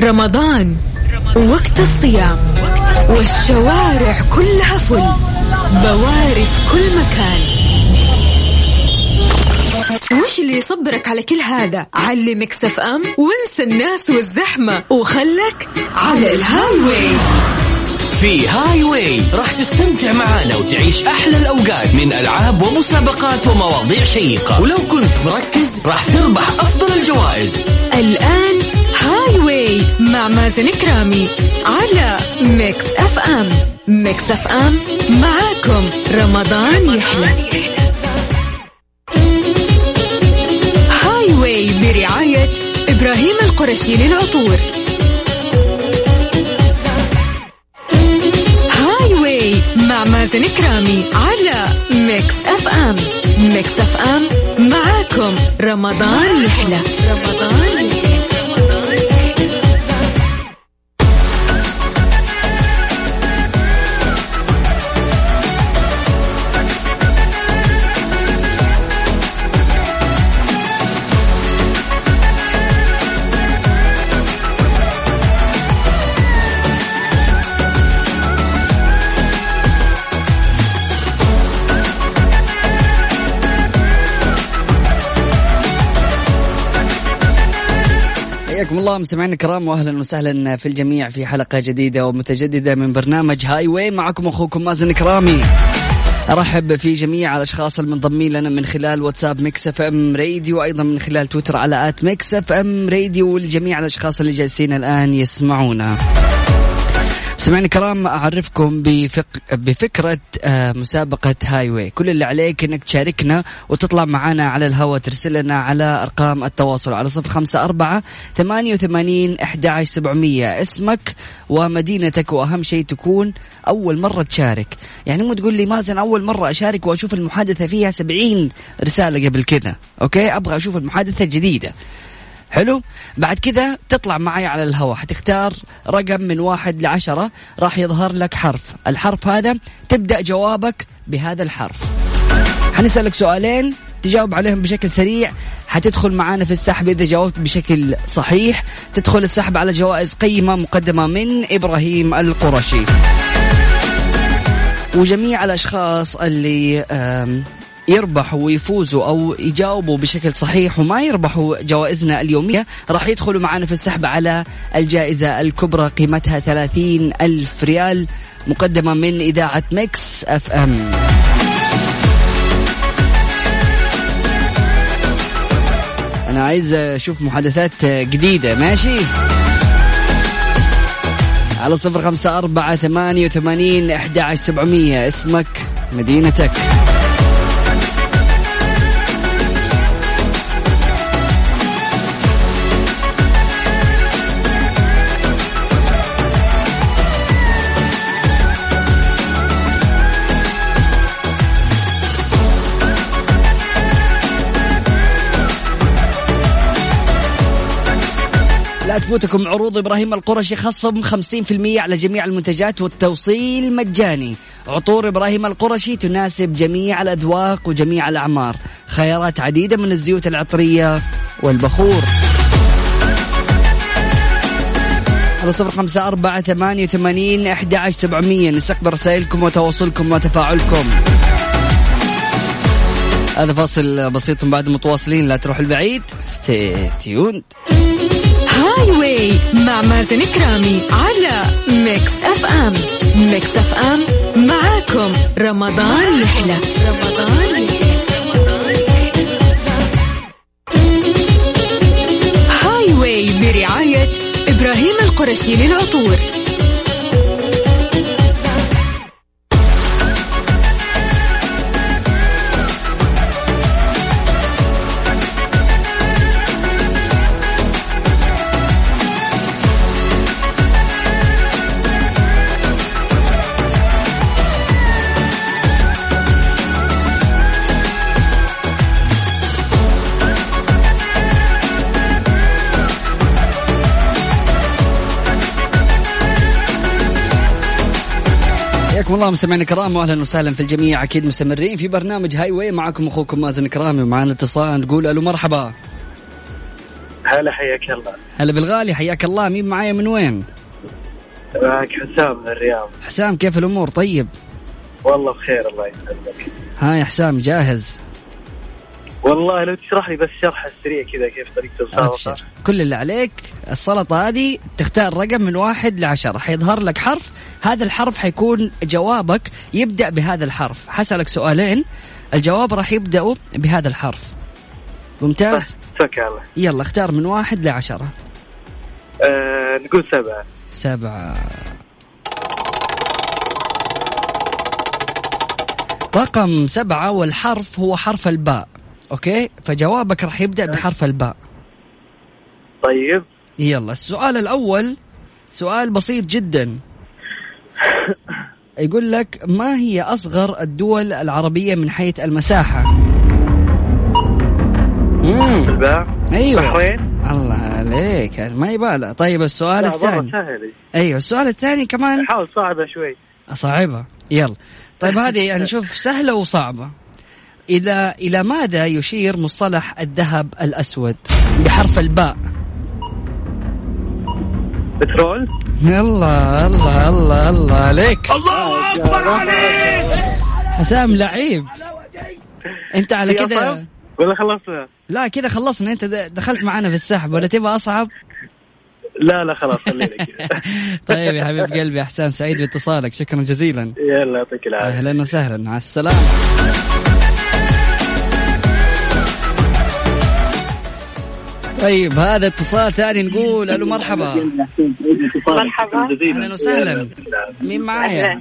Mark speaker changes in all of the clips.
Speaker 1: رمضان وقت الصيام والشوارع كلها فل، بوارد كل مكان. وش اللي يصبرك على كل هذا؟ علي ميكس اف ام وانسى الناس والزحمة وخلك على الهاي واي.
Speaker 2: في هاي واي راح تستمتع معانا وتعيش أحلى الأوقات من ألعاب ومسابقات ومواضيع شيقة، ولو كنت مركز راح تربح أفضل الجوائز.
Speaker 1: الآن هاي واي مع مازن كرامي على ميكس اف ام. ميكس اف ام معاكم رمضان يحلى. هاي واي برعاية إبراهيم القرشي للعطور. هاي واي مع مازن كرامي على ميكس اف ام. ميكس اف ام معاكم رمضان يحلى. رمضان يحلى.
Speaker 3: حياكم الله مستمعينا الكرام واهلا وسهلا في الجميع في حلقة جديدة ومتجددة من برنامج هاي واي. معكم اخوكم مازن كرامي. ارحب في جميع الاشخاص المنضمين لنا من خلال واتساب ميكس اف ام راديو، وايضا من خلال تويتر على @ميكس اف ام راديو، والجميع الاشخاص اللي جالسين الان يسمعونا. سمعنا الكرام، أعرفكم بفكرة مسابقة هاي واي. كل اللي عليك أنك تشاركنا وتطلع معنا على الهواء، ترسل لنا على أرقام التواصل على 0548811700 اسمك ومدينتك، وأهم شيء تكون أول مرة تشارك. يعني مو تقول لي مازن أول مرة أشارك وأشوف المحادثة فيها 70 رسالة قبل كده، أوكي؟ أبغى أشوف المحادثة الجديدة. حلو. بعد كذا تطلع معي على الهواء، حتختار رقم من 1 ل10، راح يظهر لك حرف. الحرف هذا تبدأ جوابك بهذا الحرف. حنسألك سؤالين تجاوب عليهم بشكل سريع، حتدخل معانا في السحب. إذا جاوبت بشكل صحيح تدخل السحب على جوائز قيمة مقدمة من إبراهيم القرشي. وجميع الأشخاص اللي يربحوا ويفوزوا أو يجاوبوا بشكل صحيح وما يربحوا جوائزنا اليومية راح يدخلوا معنا في السحب على الجائزة الكبرى قيمتها 30,000 ريال مقدمة من إذاعة ميكس اف ام. أنا عايز أشوف محادثات جديدة. ماشي على 0548811700 اسمك مدينتك. لا تفوتكم عروض إبراهيم القرشي، خصم 50% على جميع المنتجات والتوصيل مجاني. عطور إبراهيم القرشي تناسب جميع الأذواق وجميع الأعمار، خيارات عديدة من الزيوت العطرية والبخور. على 0548811700 نستقبل رسائلكم وتواصلكم وتفاعلكم. هذا فاصل بسيط بعد متواصلين، لا تروح البعيد. stay tuned.
Speaker 1: هاي واي مع مازن كرامي على ميكس اف ام. ميكس اف ام معاكم رمضان يحلى. رمضان يحلى. هاي واي برعاية إبراهيم القرشي للعطور.
Speaker 3: الله مستمعينا الكرام واهلا وسهلا في الجميع. اكيد مستمرين في برنامج هاي واي، معكم اخوكم مازن كرامي، ومعنا اتصال نقول الو مرحبا.
Speaker 4: هلا حياك الله.
Speaker 3: هلا بالغالي حياك الله. مين معايا من وين؟
Speaker 4: معك حسام من الرياض.
Speaker 3: حسام كيف الأمور؟ طيب
Speaker 4: والله بخير الله يسلمك.
Speaker 3: ها يا حسام جاهز؟
Speaker 4: والله لو تشرح لي بس شرح سريع كذا كيف طريقة السلطة.
Speaker 3: أبشر. كل اللي عليك السلطة هذه تختار رقم من 1 ل10 حيظهر لك حرف، هذا الحرف حيكون جوابك يبدأ بهذا الحرف. حسألك سؤالين الجواب راح يبدأوا بهذا الحرف. ممتاز.
Speaker 4: توكل الله.
Speaker 3: يلا اختار من 1 ل10.
Speaker 4: نقول
Speaker 3: 7. رقم 7 والحرف هو حرف الباء. أوكي فجوابك راح يبدأ بحرف الباء.
Speaker 4: طيب
Speaker 3: يلا السؤال الأول سؤال بسيط جدا. يقول لك ما هي أصغر الدول العربية من حيث المساحة؟
Speaker 4: الباء.
Speaker 3: أيوة
Speaker 4: بحرين.
Speaker 3: الله عليك ما يبالغ. طيب السؤال الثاني. أيوة السؤال الثاني كمان
Speaker 4: حاول صعبة شوي.
Speaker 3: صعبة. يلا طيب هذه يعني شوف سهلة وصعبة. إلى ماذا يشير مصطلح الذهب الأسود بحرف الباء؟
Speaker 4: بترول.
Speaker 3: الله الله الله الله عليك.
Speaker 4: الله أكبر عليك.
Speaker 3: حسام لعيب. أنت على كده
Speaker 4: ولا خلصنا؟
Speaker 3: لا كده خلصنا. أنت دخلت معنا في السحب ولا تبغى أصعب؟
Speaker 4: لا خلاص خلينا كده.
Speaker 3: طيب يا حبيب قلبي يا حسام سعيد باتصالك شكرا جزيلا.
Speaker 4: يلا يعطيك العافية.
Speaker 3: أهلا وسهلا مع السلامة. طيب هذا اتصال ثاني نقول ألو مرحبا.
Speaker 5: مرحبا.
Speaker 3: أهلا وسهلا. مين معايا؟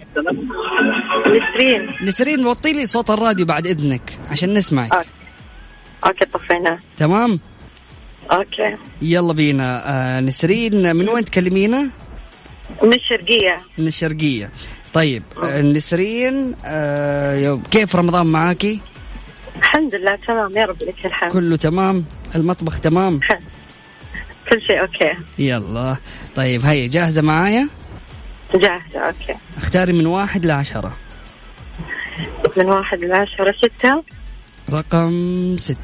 Speaker 3: نسرين وطي لي صوت الراديو بعد إذنك عشان نسمعك.
Speaker 5: أوكي طفينا.
Speaker 3: تمام
Speaker 5: أوكي
Speaker 3: يلا بينا. نسرين من وين تكلمينا؟
Speaker 5: من الشرقية.
Speaker 3: من الشرقية. طيب نسرين كيف رمضان معاكي؟
Speaker 5: الحمد لله تمام يا رب لك الحمد.
Speaker 3: كله تمام. المطبخ تمام.
Speaker 5: كل شيء أوكي.
Speaker 3: يلا طيب هيا جاهزة معايا؟
Speaker 5: جاهزة. أوكي
Speaker 3: اختاري من 1 ل10.
Speaker 5: من 1 ل10. 6.
Speaker 3: رقم 6.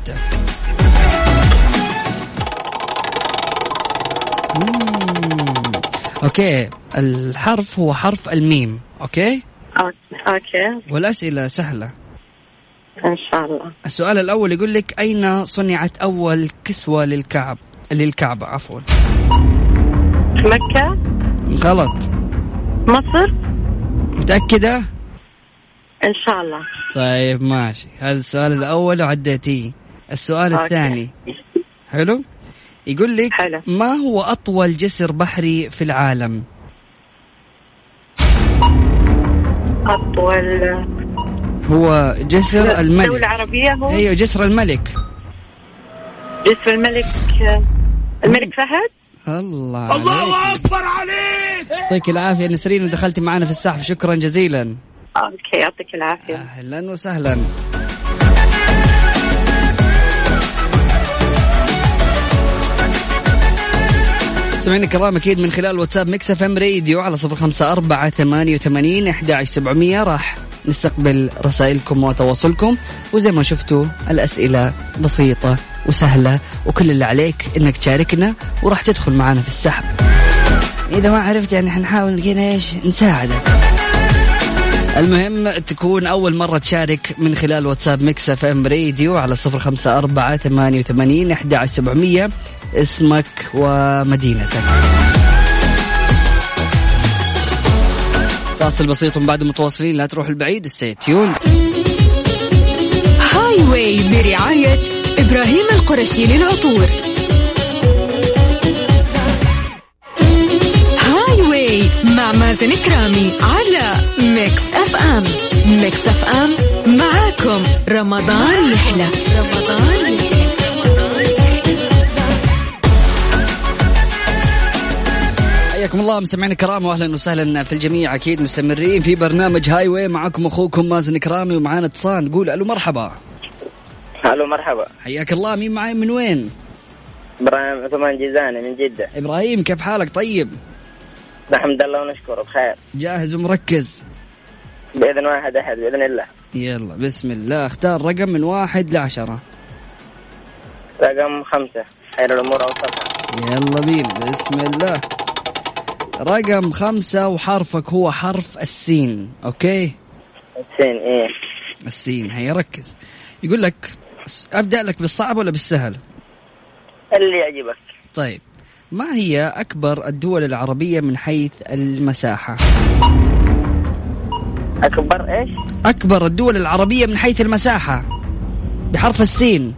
Speaker 3: أوكي الحرف هو حرف الميم. أوكي والأسئلة سهلة
Speaker 5: إن شاء الله.
Speaker 3: السؤال الأول يقول لك أين صنعت أول كسوة للكعبة عفوا؟
Speaker 5: مكة.
Speaker 3: غلط.
Speaker 5: مصر.
Speaker 3: متأكدة؟
Speaker 5: إن شاء الله.
Speaker 3: طيب ماشي هذا السؤال الأول وعديتيه. السؤال الثاني حلو يقول لك ما هو أطول جسر بحري في العالم؟
Speaker 5: أطول
Speaker 3: هو جسر الملك.
Speaker 5: دولة عربية هو؟
Speaker 3: أيوة جسر الملك.
Speaker 5: جسر الملك. الملك فهد.
Speaker 3: الله أكبر عليك. يعطيك العافية نسرين ودخلتي معنا في السحب شكرا جزيلا.
Speaker 5: أوكي يعطيك العافية.
Speaker 3: أهلا وسهلا. سمعنا الكرام أكيد من خلال واتساب ميكس اف ام راديو على 0548811700 راح نستقبل رسائلكم وتواصلكم. وزي ما شفتوا الأسئلة بسيطة وسهلة وكل اللي عليك إنك تشاركنا وراح تدخل معنا في السحب. إذا ما عرفت يعني حنحاول نساعدك. المهم تكون أول مرة تشارك من خلال واتساب ميكس اف ام راديو على 0548811700 اسمك ومدينتك. فاصل بسيط وبعد متواصلين لا تروح البعيد. stay tuned.
Speaker 1: هاي واي برعاية إبراهيم القرشي للعطور. هاي واي مع مازن كرامي على ميكس اف ام. ميكس اف ام معاكم رمضان يحلى.
Speaker 3: حياكم الله مستمعينا الكرام واهلا وسهلا في الجميع. اكيد مستمرين في برنامج هاي واي معكم اخوكم مازن كرامي ومعانا اتصال نقول الو مرحبا.
Speaker 6: الو مرحبا.
Speaker 3: حياك الله. مين معاي من وين؟
Speaker 6: ابراهيم عثمان جيزاني من جدة.
Speaker 3: ابراهيم كيف حالك؟ طيب
Speaker 6: الحمد لله ونشكره بخير.
Speaker 3: جاهز ومركز؟
Speaker 6: بإذن واحد أحد بإذن الله.
Speaker 3: يلا بسم الله. اختار رقم من 1 ل10.
Speaker 6: رقم 5. خير الأمور أوسطها.
Speaker 3: يلا بينا بسم الله. رقم 5 وحرفك هو حرف السين. أوكي
Speaker 6: السين. إيه
Speaker 3: السين. هيا ركز. يقول لك أبدأ لك بالصعب ولا بالسهل؟
Speaker 6: اللي يعجبك.
Speaker 3: طيب ما هي أكبر الدول العربية من حيث المساحة؟
Speaker 6: أكبر إيش؟
Speaker 3: أكبر الدول العربية من حيث المساحة بحرف السين.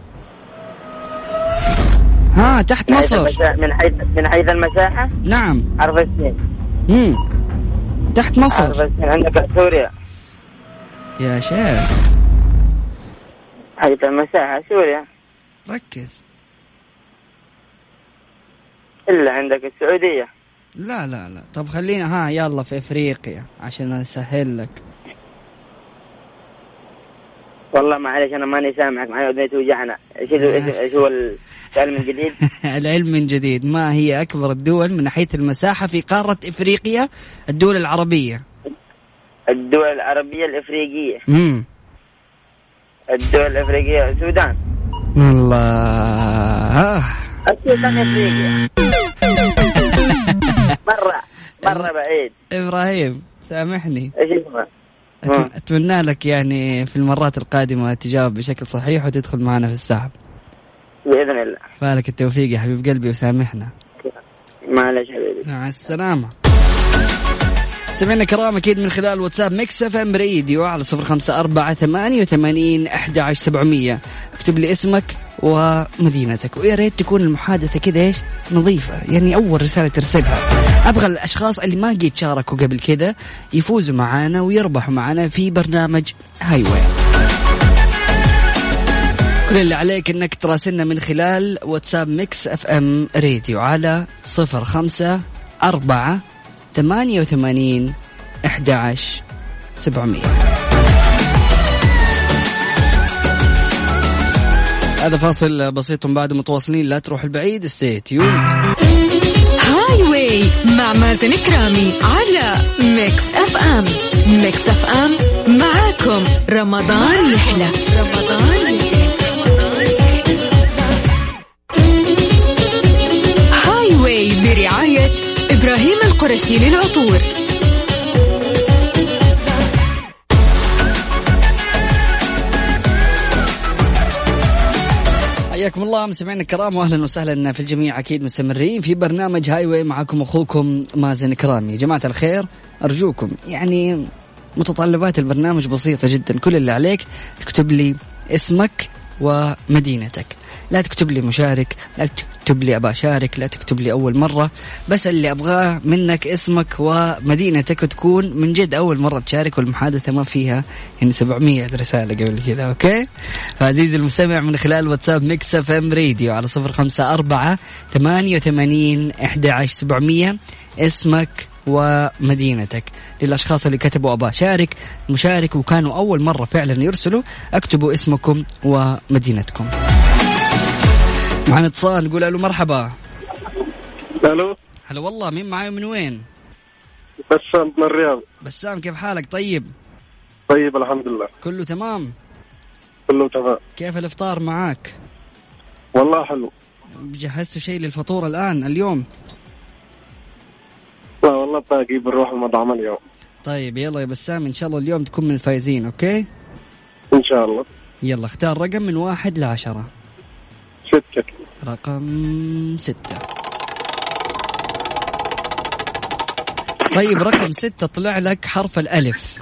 Speaker 3: ها تحت مصر.
Speaker 6: من حيث المساحة.
Speaker 3: نعم
Speaker 6: حرف السين.
Speaker 3: تحت مصر.
Speaker 6: حرف السين عندك سوريا.
Speaker 3: يا شيخ
Speaker 6: حيث المساحة سوريا.
Speaker 3: ركز.
Speaker 6: إلا عندك السعودية.
Speaker 3: لا لا لا طب خلينا يلا في إفريقيا عشان أسهل لك.
Speaker 6: والله معلش أنا ماني سامعك معي أذني توجعنا. إيش هو العلم من جديد؟
Speaker 3: العلم من جديد. ما هي أكبر الدول من حيث المساحة في قارة إفريقيا الدول العربية؟
Speaker 6: الدول العربية الإفريقية. الدول الإفريقية السودان.
Speaker 3: الله
Speaker 6: السودان إفريقيا. مرة بعيد.
Speaker 3: إبراهيم سامحني.
Speaker 6: إيش اسمه؟
Speaker 3: أتمنى لك يعني في المرات القادمة تجاوب بشكل صحيح وتدخل معنا في السحب
Speaker 6: بإذن الله.
Speaker 3: فالك التوفيق يا حبيب قلبي وسامحنا.
Speaker 6: معلش حبيبي.
Speaker 3: مع السلامة. سمعنا كرام أكيد من خلال واتساب ميكس اف ام راديو على 0548811700. اكتب لي اسمك ومدينتك ويا ريت تكون المحادثة كذا ايش نظيفة. يعني أول رسالة ترسلها أبغى الأشخاص اللي ما قد شاركوا قبل كذا يفوزوا معانا ويربحوا معانا في برنامج هاي واي. كل اللي عليك انك تراسلنا من خلال واتساب ميكس اف ام راديو على 0548811700. هذا فاصل بسيط بعد متواصلين لا تروح البعيد. stay tuned.
Speaker 1: هاي واي مع مازن كرامي على ميكس اف ام. ميكس اف ام معاكم رمضان يحلى. هاي واي برعاية إبراهيم القرشي للعطور.
Speaker 3: حياكم الله مستمعينا الكرام واهلا وسهلا في الجميع. اكيد مستمرين في برنامج هاي واي معكم اخوكم مازن كرامي. يا جماعه الخير ارجوكم يعني متطلبات البرنامج بسيطه جدا. كل اللي عليك تكتب لي اسمك ومدينتك. لا تكتب لي مشارك، لا تكتب لي أبا شارك، لا تكتب لي أول مرة. بس اللي أبغاه منك اسمك ومدينتك وتكون من جد أول مرة تشارك والمحادثة ما فيها يعني 700 رسالة قبل كذا. أوكي فعزيزي المستمع من خلال واتساب ميكس اف ام راديو على 0548811700 اسمك ومدينتك. للأشخاص اللي كتبوا أبا شارك مشارك وكانوا أول مرة فعلا يرسلوا اكتبوا اسمكم ومدينتكم. معنا اتصال نقول ألو مرحبا.
Speaker 4: ألو
Speaker 3: هلا والله مين معاي من وين؟
Speaker 4: بسام من الرياض.
Speaker 3: بسام كيف حالك؟ طيب
Speaker 4: طيب الحمد لله
Speaker 3: كله تمام.
Speaker 4: كله تمام.
Speaker 3: كيف الإفطار معاك؟
Speaker 4: والله حلو.
Speaker 3: جهزتوا شيء للفطور الآن اليوم؟
Speaker 4: لا والله باقي بنروح المطعم اليوم.
Speaker 3: طيب يلا يا بسام إن شاء الله اليوم تكون من الفايزين. أوكي
Speaker 4: إن شاء الله.
Speaker 3: يلا اختار رقم من 1 ل 10.
Speaker 4: 6.
Speaker 3: رقم 6. طيب رقم 6 طلع لك حرف الألف.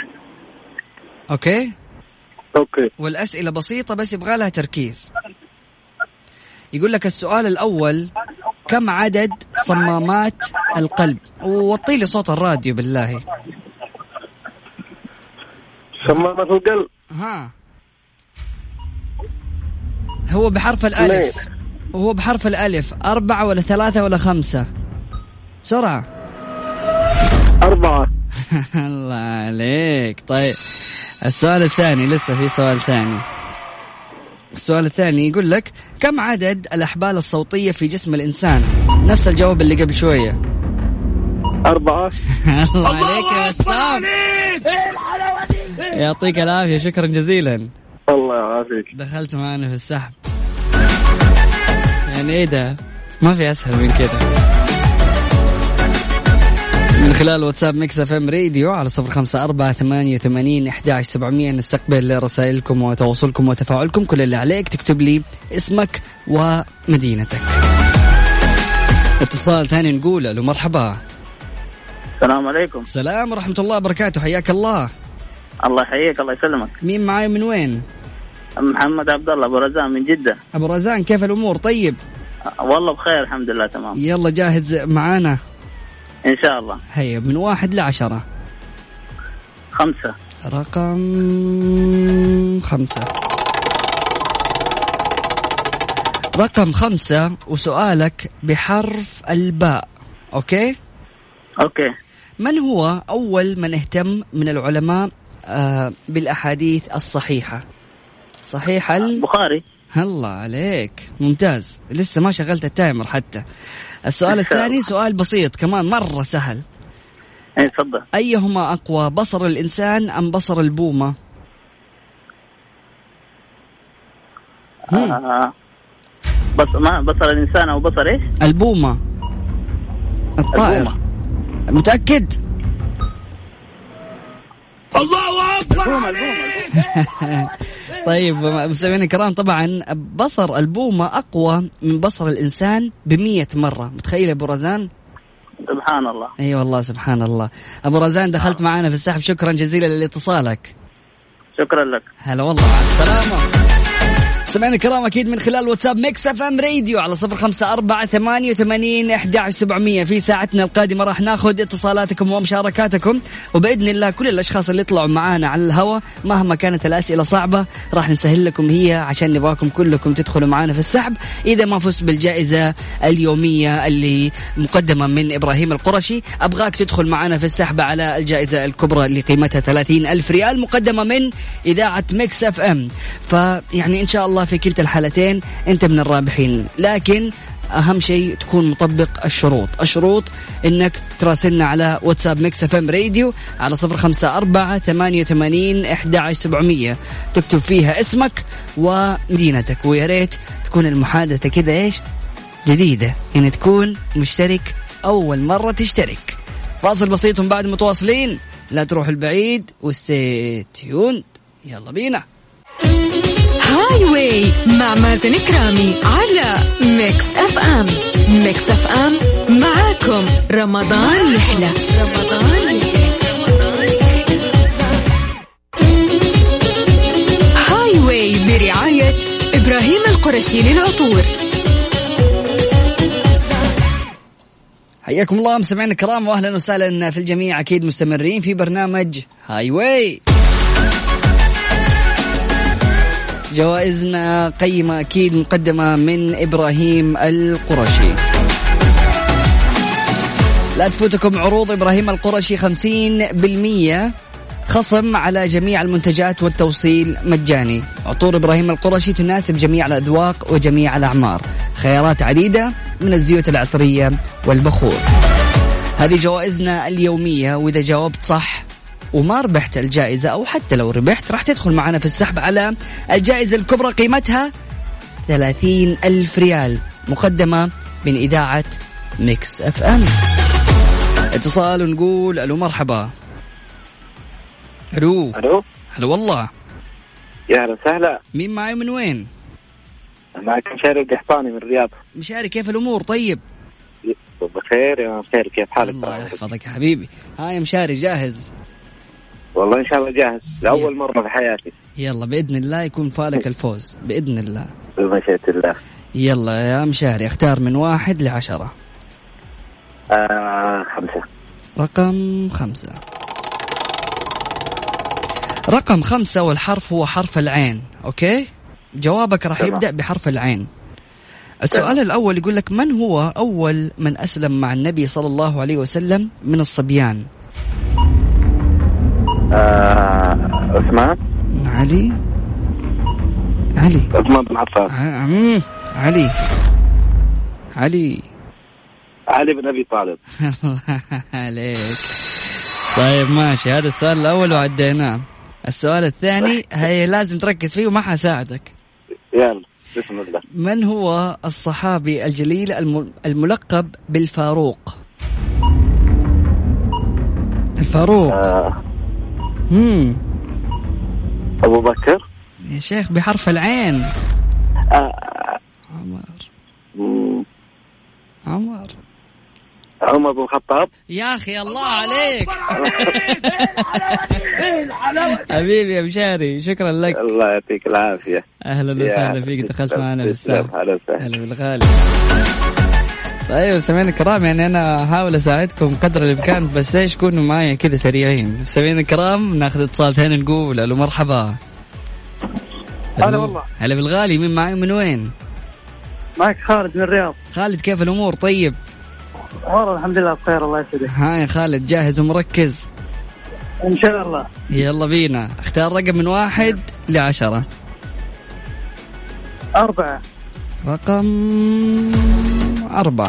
Speaker 3: أوكي والأسئلة بسيطة بس يبغى لها تركيز. يقول لك السؤال الأول كم عدد صمامات القلب؟ ووطي لي صوت الراديو بالله.
Speaker 4: صمامات القلب
Speaker 3: هو بحرف الألف. وهو بحرف الألف 4 ولا 3 ولا 5؟ بسرعة.
Speaker 4: 4.
Speaker 3: الله عليك. طيب السؤال الثاني لسه في سؤال ثاني. السؤال الثاني يقول لك كم عدد الأحبال الصوتية في جسم الإنسان؟ نفس الجواب اللي قبل شوية.
Speaker 4: 4.
Speaker 3: الله عليك يا بسام. يعطيك العافية شكرا جزيلا.
Speaker 4: الله يعافيك.
Speaker 3: دخلت معنا في السحب. يعني ايه ده؟ ما في اسهل من كده. من خلال واتساب ميكس اف ام راديو على 0548811700 نستقبل رسائلكم وتواصلكم وتفاعلكم. كل اللي عليك تكتب لي اسمك ومدينتك. اتصال ثاني نقول له مرحبا.
Speaker 7: السلام عليكم.
Speaker 3: السلام ورحمة الله وبركاته. حياك الله.
Speaker 7: الله يحييك الله يسلمك.
Speaker 3: مين معاي من وين؟
Speaker 7: محمد عبد الله أبو رزان من جدة.
Speaker 3: أبو رزان كيف الأمور؟ طيب
Speaker 7: والله بخير الحمد لله تمام.
Speaker 3: يلا جاهز معانا
Speaker 7: إن شاء الله.
Speaker 3: هيا من 1 ل10.
Speaker 7: 5.
Speaker 3: رقم 5. رقم 5 وسؤالك بحرف الباء. أوكي. من هو أول من اهتم من العلماء بالأحاديث الصحيحة؟ صحيح
Speaker 7: البخاري.
Speaker 3: الله عليك ممتاز. لسه ما شغلت التايمر حتى. السؤال الثاني سؤال بسيط كمان مرة سهل.
Speaker 7: تفضل.
Speaker 3: أيهما أقوى بصر الإنسان أم بصر البومة؟
Speaker 7: بصر الإنسان أو بصر إيش؟
Speaker 3: البومة الطائر. متأكد؟
Speaker 7: الله أكبر.
Speaker 3: طيب مستمعينا الكرام طبعا بصر البومة أقوى من بصر الإنسان ب100 مرة. متخيل أبو رزان؟
Speaker 7: سبحان الله.
Speaker 3: أي والله سبحان الله. أبو رزان دخلت معنا في السحب. شكرا جزيلا لاتصالك.
Speaker 7: شكرا لك.
Speaker 3: هلا والله مع السلامة. سمعنا الكرام أكيد من خلال واتساب ميكس اف ام راديو على 0548811700. في ساعتنا القادمة راح ناخذ اتصالاتكم ومشاركاتكم، وبإذن الله كل الأشخاص اللي يطلعوا معانا على الهواء مهما كانت الأسئلة صعبة راح نسهل لكم هي عشان نبغاكم كلكم تدخلوا معانا في السحب. إذا ما فزت بالجائزة اليومية اللي مقدمة من إبراهيم القرشي أبغاك تدخل معانا في السحب على الجائزة الكبرى اللي قيمتها 30,000 ريال مقدمة من إذاعة ميكس اف ام. فيعني إن شاء الله في كلتا الحالتين أنت من الرابحين، لكن أهم شيء تكون مطبق الشروط إنك تراسلنا على واتساب ميكس اف ام راديو على 0548811700 تكتب فيها اسمك ومدينتك، ويا ريت تكون المحادثة كذا إيش جديدة، يعني تكون مشترك أول مرة تشترك. فاصل بسيط بعد متواصلين، لا تروح البعيد وستي تيوند. يلا بينا.
Speaker 1: هاي واي مع مازن كرامي على ميكس اف ام. ميكس اف ام معاكم رمضان يحلى. هاي واي برعاية إبراهيم القرشي للعطور.
Speaker 3: حياكم الله مستمعينا الكرام واهلا وسهلا في الجميع. اكيد مستمرين في برنامج هاي واي. جوائزنا قيمة أكيد مقدمة من إبراهيم القرشي. لا تفوتكم عروض إبراهيم القرشي، 50% خصم على جميع المنتجات والتوصيل مجاني. عطور إبراهيم القرشي تناسب جميع الأذواق وجميع الأعمار، خيارات عديدة من الزيوت العطرية والبخور. هذه جوائزنا اليومية، وإذا جاوبت صح وما ربحت الجائزة أو حتى لو ربحت راح تدخل معنا في السحب على الجائزة الكبرى قيمتها 30,000 ريال مقدمة من إذاعة ميكس اف ام. اتصال ونقول ألو مرحبا. ألو هلا والله.
Speaker 8: يا هلا وسهلا.
Speaker 3: مين معي من وين؟
Speaker 8: معك مشاري القحطاني من الرياض.
Speaker 3: مشاري كيف الأمور؟ طيب
Speaker 8: بخير يا مشاري، كيف حالك؟
Speaker 3: الله يحفظك يا حبيبي. هاي مشاري جاهز؟
Speaker 8: والله إن شاء الله جاهز لأول مرة في حياتي.
Speaker 3: يلا بإذن الله يكون فالك الفوز بإذن الله
Speaker 8: بمشيئة الله.
Speaker 3: يلا يا مشاري اختار من 1 ل10.
Speaker 8: 5.
Speaker 3: رقم 5. رقم 5 والحرف هو حرف العين. أوكي جوابك راح يبدأ بحرف العين. السؤال الأول يقول لك من هو أول من أسلم مع النبي صلى الله عليه وسلم من الصبيان؟
Speaker 8: عثمان.
Speaker 3: علي
Speaker 8: عثمان بن عفان. علي بن أبي طالب.
Speaker 3: عليك. طيب ماشي، هذا السؤال الأول وعديناه. السؤال الثاني هي لازم تركز فيه وما حساعدك.
Speaker 8: يلا. بسم الله.
Speaker 3: من هو الصحابي الجليل الملقب بالفاروق؟ الفاروق.
Speaker 8: أبو بكر.
Speaker 3: يا شيخ بحرف العين.
Speaker 8: عمر بن الخطاب.
Speaker 3: يا أخي الله عليك. حبيبي يا مشاري، شكرا لك.
Speaker 8: الله يعطيك العافية.
Speaker 3: أهلا وسهلا فيك، دخلت معنا في الساعة.
Speaker 8: أهلا
Speaker 3: بالغالي. طيب سمعنا الكرام، يعني أنا أحاول أساعدكم قدر الإمكان، بس إيش كونوا معي كذا سريعين. سمعنا الكرام، ناخذ اتصال ثاني نقول ألو مرحبا.
Speaker 4: هلا والله.
Speaker 3: هلا بالغالي، مين معي من وين؟
Speaker 4: معك خالد من الرياض.
Speaker 3: خالد كيف الأمور؟ طيب
Speaker 4: والله الحمد لله بخير الله يسعدك.
Speaker 3: ها يا خالد، جاهز ومركز؟
Speaker 4: إن شاء الله.
Speaker 3: يلا بينا، اختار رقم من 1 ل10.
Speaker 4: 4.
Speaker 3: رقم 4.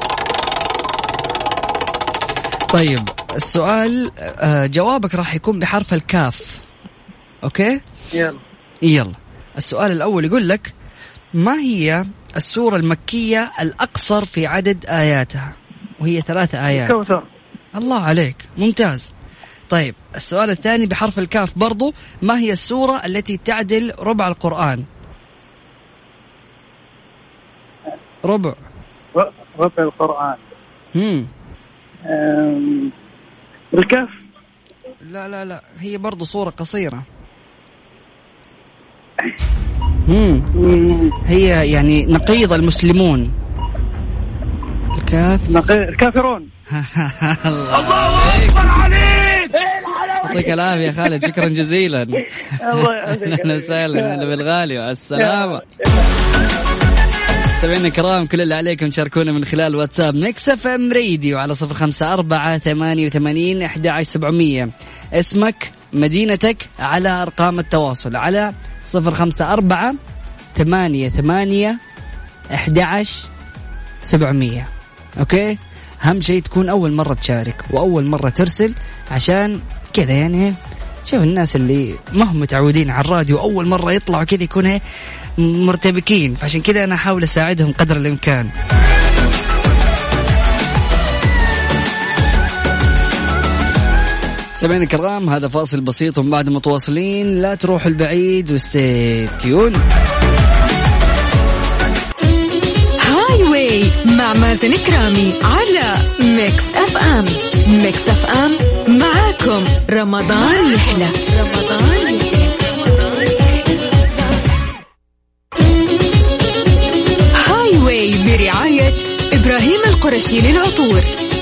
Speaker 3: طيب السؤال جوابك راح يكون بحرف الكاف. أوكي؟ يلا. السؤال الأول يقول لك: ما هي السورة المكية الأقصر في عدد آياتها؟ وهي 3 آيات.
Speaker 4: الكوثر.
Speaker 3: الله عليك، ممتاز. طيب السؤال الثاني بحرف الكاف برضو: ما هي السورة التي تعدل ربع القرآن؟ ربع
Speaker 4: القرآن. الكهف.
Speaker 3: لا هي برضو صورة قصيرة. هي يعني نقيض المسلمون.
Speaker 4: الكافرون.
Speaker 3: الله أكبر عليك. يعطيك العافية خالد، شكرا جزيلا.
Speaker 4: الله يعافيك.
Speaker 3: أهلا وسهلا. هلا بالغالي والسلامة. سمعنا كرام، كل اللي عليكم تشاركونا من خلال واتساب ميكس اف ام راديو على 0548811700. اسمك، مدينتك، على أرقام التواصل على 0548811700. أوكي، أهم شيء تكون أول مرة تشارك وأول مرة ترسل، عشان كذا يعني شوف الناس اللي ما هم متعودين على الراديو أول مرة يطلعوا كذا يكونوا مرتبكين، فعشان كذا أنا أحاول أساعدهم قدر الإمكان. سمعنا الكرام، هذا فاصل بسيط ومن بعد متواصلين، لا تروحوا البعيد وستيون.
Speaker 1: هاي واي مع مازن كرامي على ميكس اف ام. ميكس اف ام معاكم رمضان يحلى. هاي واي برعاية إبراهيم القرشي للعطور.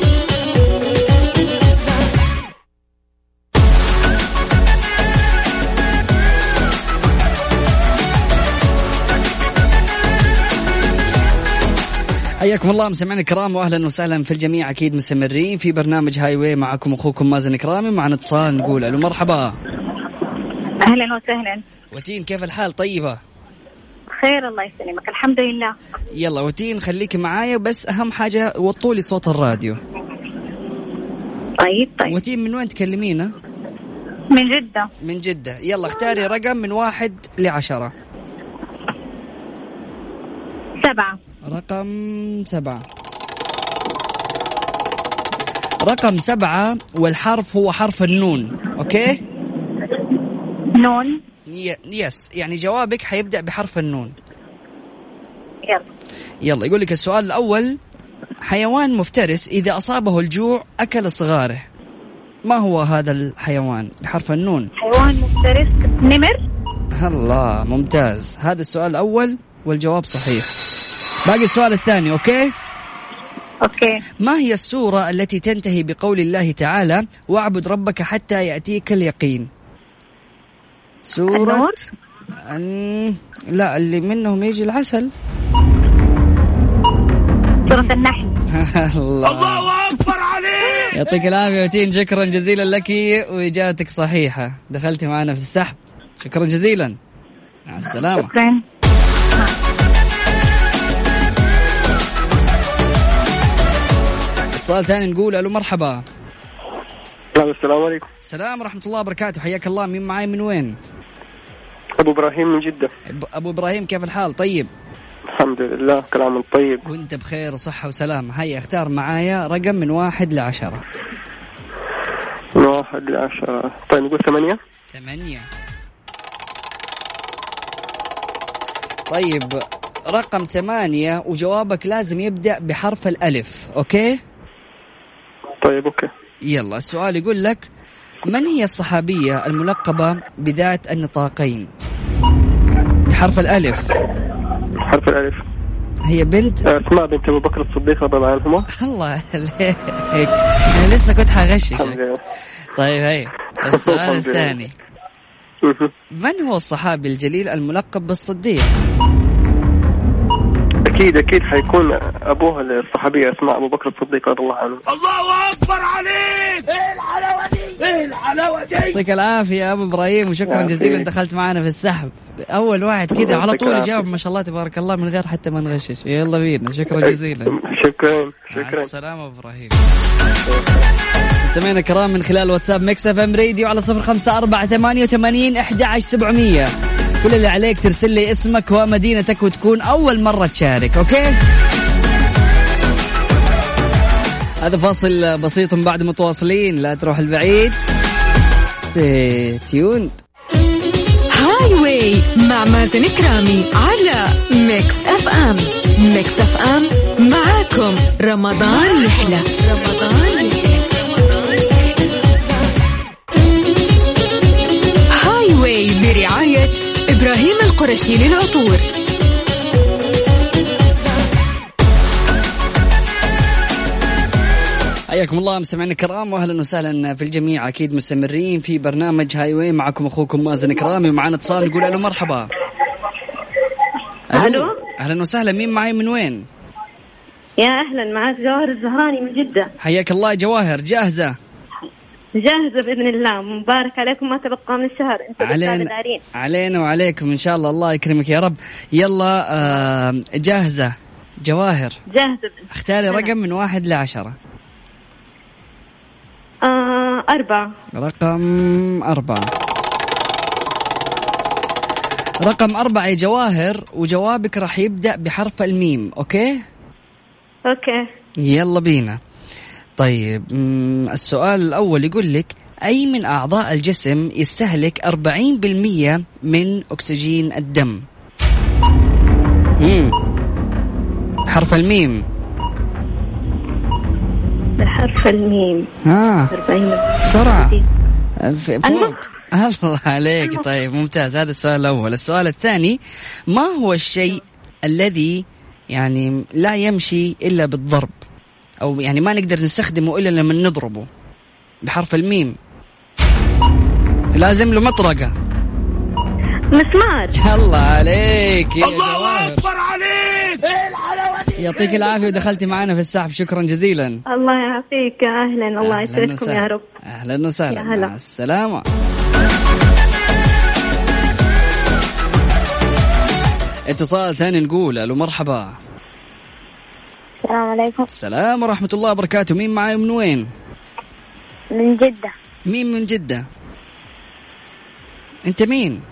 Speaker 3: حياكم الله مستمعينا الكرام، واهلا وسهلا في الجميع. اكيد مستمرين في برنامج هاي واي، معكم اخوكم مازن كرامي. معنا اتصال نقول الو مرحبا.
Speaker 5: اهلا وسهلا.
Speaker 3: وتين كيف الحال؟ طيبه؟
Speaker 5: خير الله يسلمك، الحمد لله.
Speaker 3: يلا وتين خليكي معايا، بس اهم حاجه وطوا لي صوت الراديو.
Speaker 5: طيب.
Speaker 3: وتين من وين تكلمينا؟
Speaker 5: من
Speaker 3: جده. يلا اختاري رقم من 1 ل10.
Speaker 5: 7.
Speaker 3: رقم 7. رقم 7 والحرف هو حرف النون. أوكي؟
Speaker 5: نون.
Speaker 3: يس، يعني جوابك حيبدأ بحرف النون.
Speaker 5: يلا
Speaker 3: يقول لك السؤال الأول: حيوان مفترس إذا أصابه الجوع أكل صغاره، ما هو هذا الحيوان بحرف النون؟
Speaker 5: حيوان مفترس. نمر.
Speaker 3: الله، ممتاز. هذا السؤال الأول والجواب صحيح. باقي السؤال الثاني. أوكي. ما هي السورة التي تنتهي بقول الله تعالى: واعبد ربك حتى يأتيك اليقين؟ سورة لا، اللي منهم يجي العسل.
Speaker 5: سورة النحل.
Speaker 3: الله أكبر عليك. يعطيك العافية وتين، شكرا جزيلا لك وإجابتك صحيحة، دخلتي معنا في السحب. شكرا جزيلا، مع السلامة.
Speaker 5: شكرا.
Speaker 3: اتصال ثاني نقول الو مرحبا.
Speaker 8: السلام عليكم.
Speaker 3: السلام ورحمة الله وبركاته، حياك الله. مين معاي من وين؟
Speaker 9: أبو إبراهيم من جدة.
Speaker 3: أبو إبراهيم كيف الحال؟ طيب
Speaker 9: الحمد لله كلام طيب.
Speaker 3: وانت بخير وصحة وسلامة. هيا اختار معايا رقم من 1 ل10.
Speaker 9: 1 ل10. طيب نقول 8.
Speaker 3: 8. طيب رقم 8 وجوابك لازم يبدأ بحرف الألف. أوكي؟
Speaker 9: طيب أوكي.
Speaker 3: يلا السؤال يقول لك من هي الصحابية الملقبة بذات النطاقين؟ بحرف الألف.
Speaker 9: حرف الألف.
Speaker 3: هي بنت
Speaker 9: اسماء بنت أبو بكر الصديق رضي الله عنهما.
Speaker 3: الله عليك، أنا لسه كنت هغششك. طيب هي السؤال الثاني، من هو الصحابي الجليل الملقب بالصديق؟
Speaker 9: أكيد حيكون أبوها الصحابية أسماء أبو بكر الصديق رضي الله عنه.
Speaker 2: الله أكبر عليك. إيه الحلاوة دي، إيه الحلاوة دي.
Speaker 3: يعطيك العافية يا أبو إبراهيم وشكرا جزيلا دخلت معنا في السحب. أول واحد كذا على طول يجاوب ما شاء الله تبارك الله من غير حتى ما نغشش. يلا بينا، شكرا جزيلا.
Speaker 9: شكرا.
Speaker 3: مع السلامة أبو إبراهيم. سمعنا كرام من خلال واتساب ميكس اف ام راديو على 0548811700. كل اللي عليك ترسل لي اسمك ومدينتك وتكون أول مرة تشارك. أوكي؟ هذا فاصل بسيط بعد متواصلين، لا تروح البعيد. Stay tuned.
Speaker 1: هاي واي مع مازن كرامي على ميكس اف ام. ميكس اف ام معاكم رمضان يحلى. هاي واي برعاية إبراهيم القرشي للعطور.
Speaker 3: حياكم الله مستمعينا الكرام واهلا وسهلا في الجميع. اكيد مستمرين في برنامج هاي واي، معكم اخوكم مازن كرامي ومعنا اتصال نقول الو مرحبا.
Speaker 10: الو
Speaker 3: اهلا وسهلا، مين معي من وين؟
Speaker 10: يا اهلا، معك جواهر الزهراني من جدة.
Speaker 3: حياك الله جواهر، جاهزة؟
Speaker 10: جاهزة بإذن الله. مبارك عليكم ما تبقى من الشهر.
Speaker 3: علينا وعليكم إن شاء الله، الله يكرمك يا رب. يلا جاهزة جواهر؟
Speaker 10: جاهزة.
Speaker 3: اختاري رقم من 1 ل10.
Speaker 10: 4.
Speaker 3: رقم 4. رقم 4 يا جواهر، وجوابك راح يبدأ بحرف الميم. أوكي؟ يلا بينا. طيب السؤال الأول يقول لك أي من أعضاء الجسم يستهلك 40% من أكسجين الدم؟ حرف الميم.
Speaker 10: بحرف الميم.
Speaker 3: 40 بسرعة فوق. الله عليك. طيب ممتاز، هذا السؤال الأول. السؤال الثاني، ما هو الشيء الذي يعني لا يمشي إلا بالضرب، أو يعني ما نقدر نستخدمه إلا لما نضربه؟ بحرف الميم، لازم له مطرقة.
Speaker 10: مسمار.
Speaker 3: الله عليك يا
Speaker 2: الله أكبر عليك. إيه الحلاوة دي.
Speaker 3: يعطيك العافية ودخلتي معنا في السحب، شكرا جزيلا.
Speaker 10: الله يعافيك. أهلا، الله يسعدكم يا رب.
Speaker 3: أهلا وسهلا، مع السلامة. اتصال ثاني نقول الو مرحبا.
Speaker 5: السلام عليكم.
Speaker 3: السلام ورحمة الله وبركاته، مين معاي من وين؟
Speaker 5: من جدة.
Speaker 3: مين من جدة؟ انت مين؟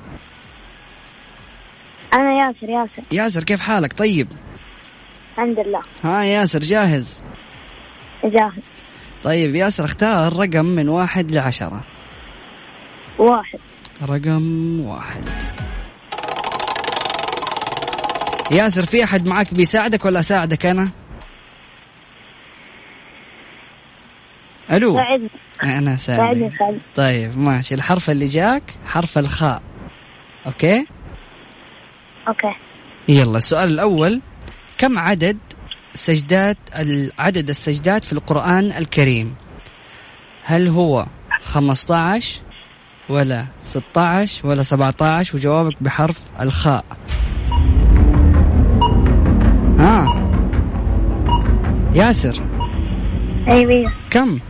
Speaker 5: أنا ياسر.
Speaker 3: ياسر كيف حالك؟ طيب
Speaker 5: الحمد لله.
Speaker 3: ها ياسر جاهز؟
Speaker 5: جاهز.
Speaker 3: طيب ياسر اختار رقم من 1 ل10.
Speaker 5: 1.
Speaker 3: رقم 1. ياسر في أحد معك بيساعدك ولا أساعدك أنا؟ ألو
Speaker 5: ساعدني.
Speaker 3: أنا ساعدني. طيب ماشي، الحرف اللي جاك حرف الخاء. أوكي يلا السؤال الأول، كم عدد السجدات في القرآن الكريم؟ هل هو 15 ولا 16 ولا 17؟ وجوابك بحرف الخاء. ياسر.
Speaker 5: أيوة.
Speaker 3: كم؟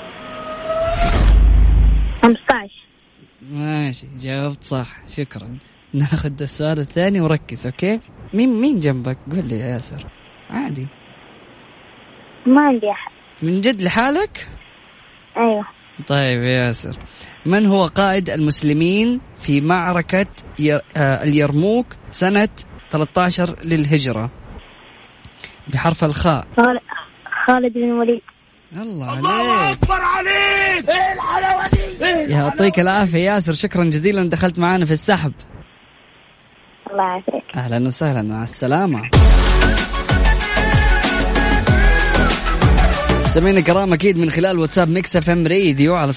Speaker 5: 15.
Speaker 3: ماشي جاوبت صح، شكرا. ناخذ السؤال الثاني وركز. اوكي، مين جنبك؟ قول لي يا ياسر. عادي،
Speaker 5: ما عندي أحد.
Speaker 3: من جد لحالك؟
Speaker 5: أيوة.
Speaker 3: طيب يا ياسر، من هو قائد المسلمين في معركة اليرموك سنة 13 للهجرة؟ بحرف الخاء.
Speaker 5: خالد بن الوليد.
Speaker 3: الله عليك. ايه الحلاوة دي؟ يعطيك العافية ياسر، شكرا جزيلا دخلت معنا في السحب.
Speaker 5: الله يعافيك.
Speaker 3: أهلا وسهلا، مع السلامة. سمعنا كرام أكيد من خلال واتساب ميكس اف ام راديو على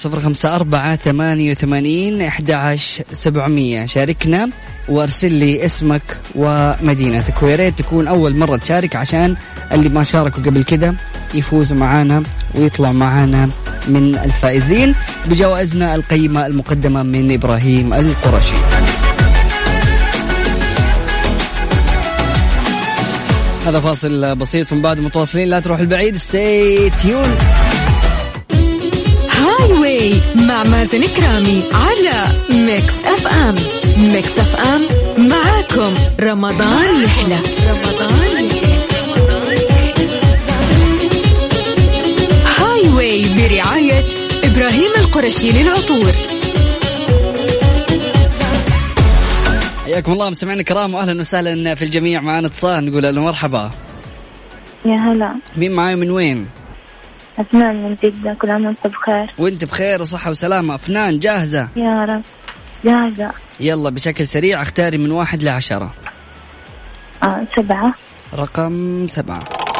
Speaker 3: 0548811700. شاركنا وارسل لي اسمك ومدينتك، ويا ريت تكون أول مرة تشارك عشان اللي ما شاركوا قبل كده يفوزوا معانا ويطلع معانا من الفائزين بجوائزنا القيمة المقدمة من إبراهيم القرشي. هذا فاصل بسيط من بعد متواصلين، لا تروح البعيد. ستي تيون.
Speaker 1: هاي واي مع مازن كرامي على ميكس اف ام. ميكس اف ام معاكم رمضان يحلى. هاي واي برعاية إبراهيم القرشي للعطور.
Speaker 3: حياكم الله مستمعينا الكرام واهلا وسهلا في الجميع. معنا اتصال، نقول له مرحبا.
Speaker 5: يا هلا.
Speaker 3: مين معاي من وين؟
Speaker 5: أفنان من جدة، كل عام وانت بخير.
Speaker 3: وانت بخير وصحة وسلامة. أفنان جاهزة؟
Speaker 5: يا رب جاهزة.
Speaker 3: يلا بشكل سريع اختاري من 1 ل10.
Speaker 5: 7.
Speaker 3: رقم 7.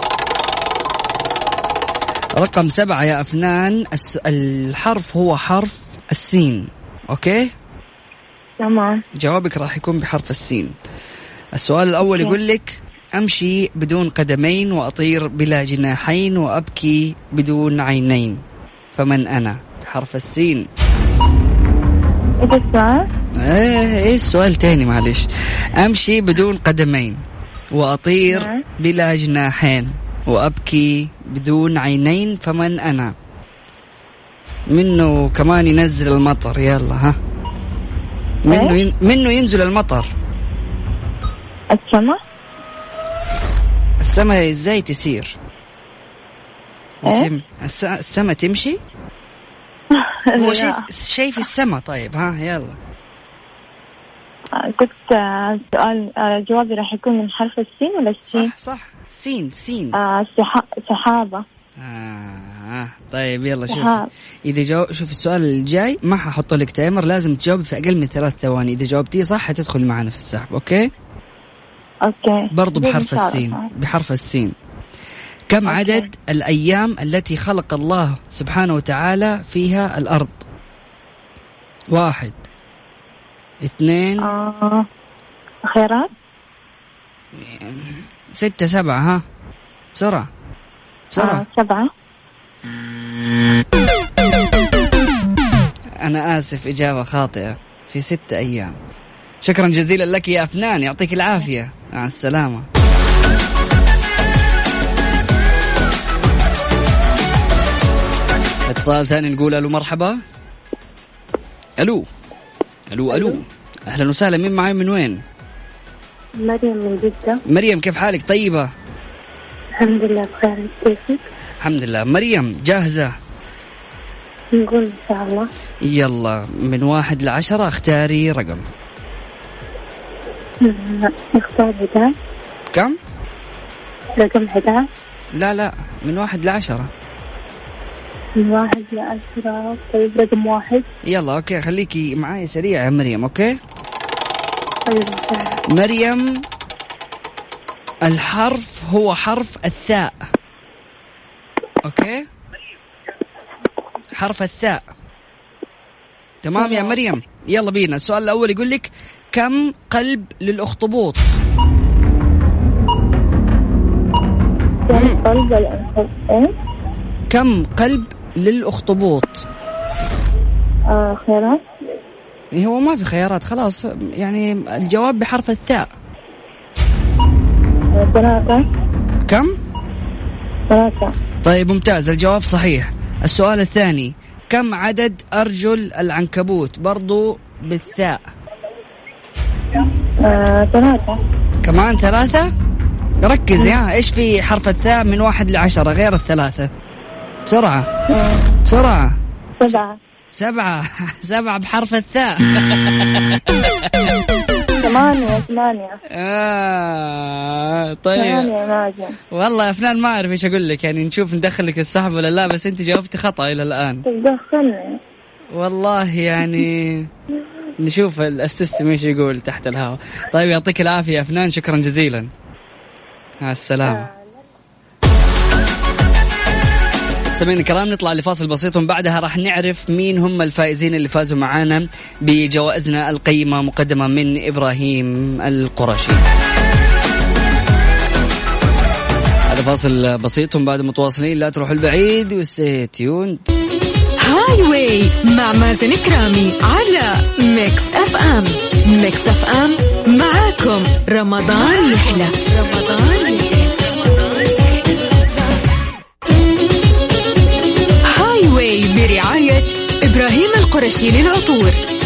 Speaker 3: رقم 7 يا أفنان، الحرف هو حرف السين. أوكي؟
Speaker 5: تمام.
Speaker 3: جوابك راح يكون بحرف السين. السؤال الأول يقول لك: أمشي بدون قدمين وأطير بلا جناحين وأبكي بدون عينين، فمن أنا؟ حرف السين.
Speaker 5: إيه السؤال؟
Speaker 3: إيه السؤال تاني معلش. أمشي بدون قدمين وأطير بلا جناحين وأبكي بدون عينين، فمن أنا؟ منه كمان ينزل المطر. يلا ها، منه ينزل المطر. السماء ازاي تسير؟ السماء تمشي. هو شايف السماء. طيب ها يلا.
Speaker 5: كنت سؤال جوابي راح يكون من حرف السين ولا السين؟
Speaker 3: صح سين.
Speaker 5: سحابة.
Speaker 3: طيب يلا شوف، إذا شوف السؤال الجاي ما ححط لك تايمر، لازم تجاوب في أقل من 3 ثواني. إذا جاوبتيه صح هتدخل معنا في السحب. أوكي برضو بحرف السين. بحرف السين. كم عدد الأيام التي خلق الله سبحانه وتعالى فيها الأرض؟ 1 2
Speaker 5: خيرات
Speaker 3: 6 7. ها بسرعة
Speaker 5: 7.
Speaker 3: أنا آسف، إجابة خاطئة، في 6 أيام. شكرا جزيلا لك يا أفنان، يعطيك العافية، مع السلامة. اتصال ثاني، نقول ألو مرحبا. ألو. أهلا وسهلا، مين معاي من وين؟
Speaker 5: مريم من جدة.
Speaker 3: مريم كيف حالك؟ طيبة؟
Speaker 5: الحمد لله بخير، كيفك؟
Speaker 3: الحمد لله. مريم جاهزة؟
Speaker 5: نقول إن شاء الله.
Speaker 3: يلا من 1 ل10 اختاري رقم.
Speaker 5: اختار 11.
Speaker 3: كم؟
Speaker 5: رقم 11.
Speaker 3: لا من 1 ل10.
Speaker 5: من 1 ل10. طيب رقم 1.
Speaker 3: يلا اوكي، خليكي معاي سريع يا مريم. اوكي
Speaker 5: طيب
Speaker 3: مريم، الحرف هو حرف الثاء. اوكي حرف الثاء. تمام يا مريم، يلا بينا. السؤال الأول يقول لك: كم قلب للأخطبوط؟ كم قلب للأخطبوط؟
Speaker 5: خيارات.
Speaker 3: هو ما في خيارات، خلاص يعني الجواب بحرف الثاء.
Speaker 5: 3.
Speaker 3: كم؟
Speaker 5: 3.
Speaker 3: طيب ممتاز، الجواب صحيح. السؤال الثاني: كم عدد أرجل العنكبوت؟ برضو بالثاء.
Speaker 5: 3.
Speaker 3: كمان 3. ركز يا، إيش في حرف الثاء من 1 ل10 غير 3؟ بسرعة. 7 بحرف الثاء.
Speaker 5: 8.
Speaker 3: طيب
Speaker 5: 8 مازن.
Speaker 3: والله يا فنان ما أعرف إيش أقول لك، يعني نشوف ندخلك السحب ولا لا، بس أنت جاوبتي خطأ إلى الآن.
Speaker 5: تدخلني
Speaker 3: والله يعني نشوف السيستم إيش يقول تحت الهواء. طيب يعطيك العافية يا فنان، شكرا جزيلا، مع السلامة. سمعنا الكرام، نطلع لفاصل بسيط وبعدها راح نعرف مين هم الفائزين اللي فازوا معانا بجوائزنا القيمة مقدمة من إبراهيم القرشي. هذا فاصل بسيط وبعد متواصلين، لا تروحوا البعيد وستي تيوند.
Speaker 1: هاي واي مع مازن كرامي على ميكس اف ام. ميكس اف ام معاكم رمضان يحلى. هاي واي برعاية إبراهيم القرشي للعطور.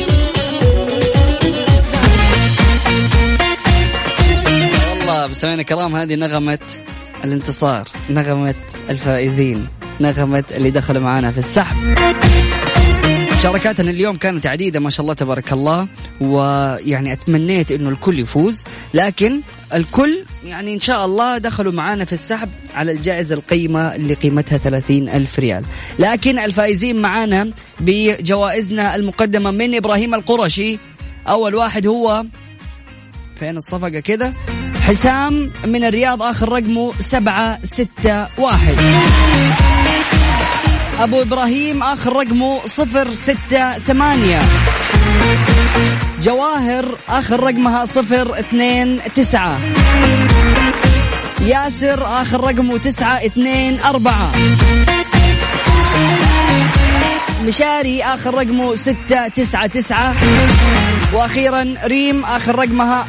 Speaker 3: والله بسمعنا كرام، هذه نغمة الانتصار، نغمة الفائزين، نغمة اللي دخلوا معانا في السحب. شاركاتنا اليوم كانت عديدة ما شاء الله تبارك الله، ويعني أتمنيت إنه الكل يفوز، لكن الكل يعني إن شاء الله دخلوا معانا في السحب على الجائزة القيمة اللي قيمتها 30,000 ريال. لكن الفائزين معانا بجوائزنا المقدمة من إبراهيم القرشي، أول واحد هو فين الصفقة كده، حسام من الرياض، آخر رقمه 761. أبو إبراهيم آخر رقمه 068. جواهر آخر رقمها 029. ياسر آخر رقمه 924. مشاري آخر رقمه 699. وأخيرا ريم آخر رقمها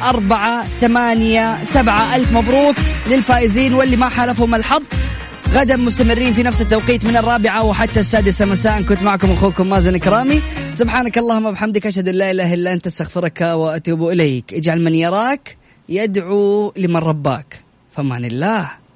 Speaker 3: 487. ألف مبروك للفائزين، واللي ما حالفهم الحظ غدا مستمرين في نفس التوقيت من 4 وحتى 6 مساء. كنت معكم أخوكم مازن كرامي، سبحانك اللهم وبحمدك، أشهد أن لا إله إلا أنت، استغفرك وأتوب إليك. اجعل من يراك يدعو لمن رباك، فمان الله.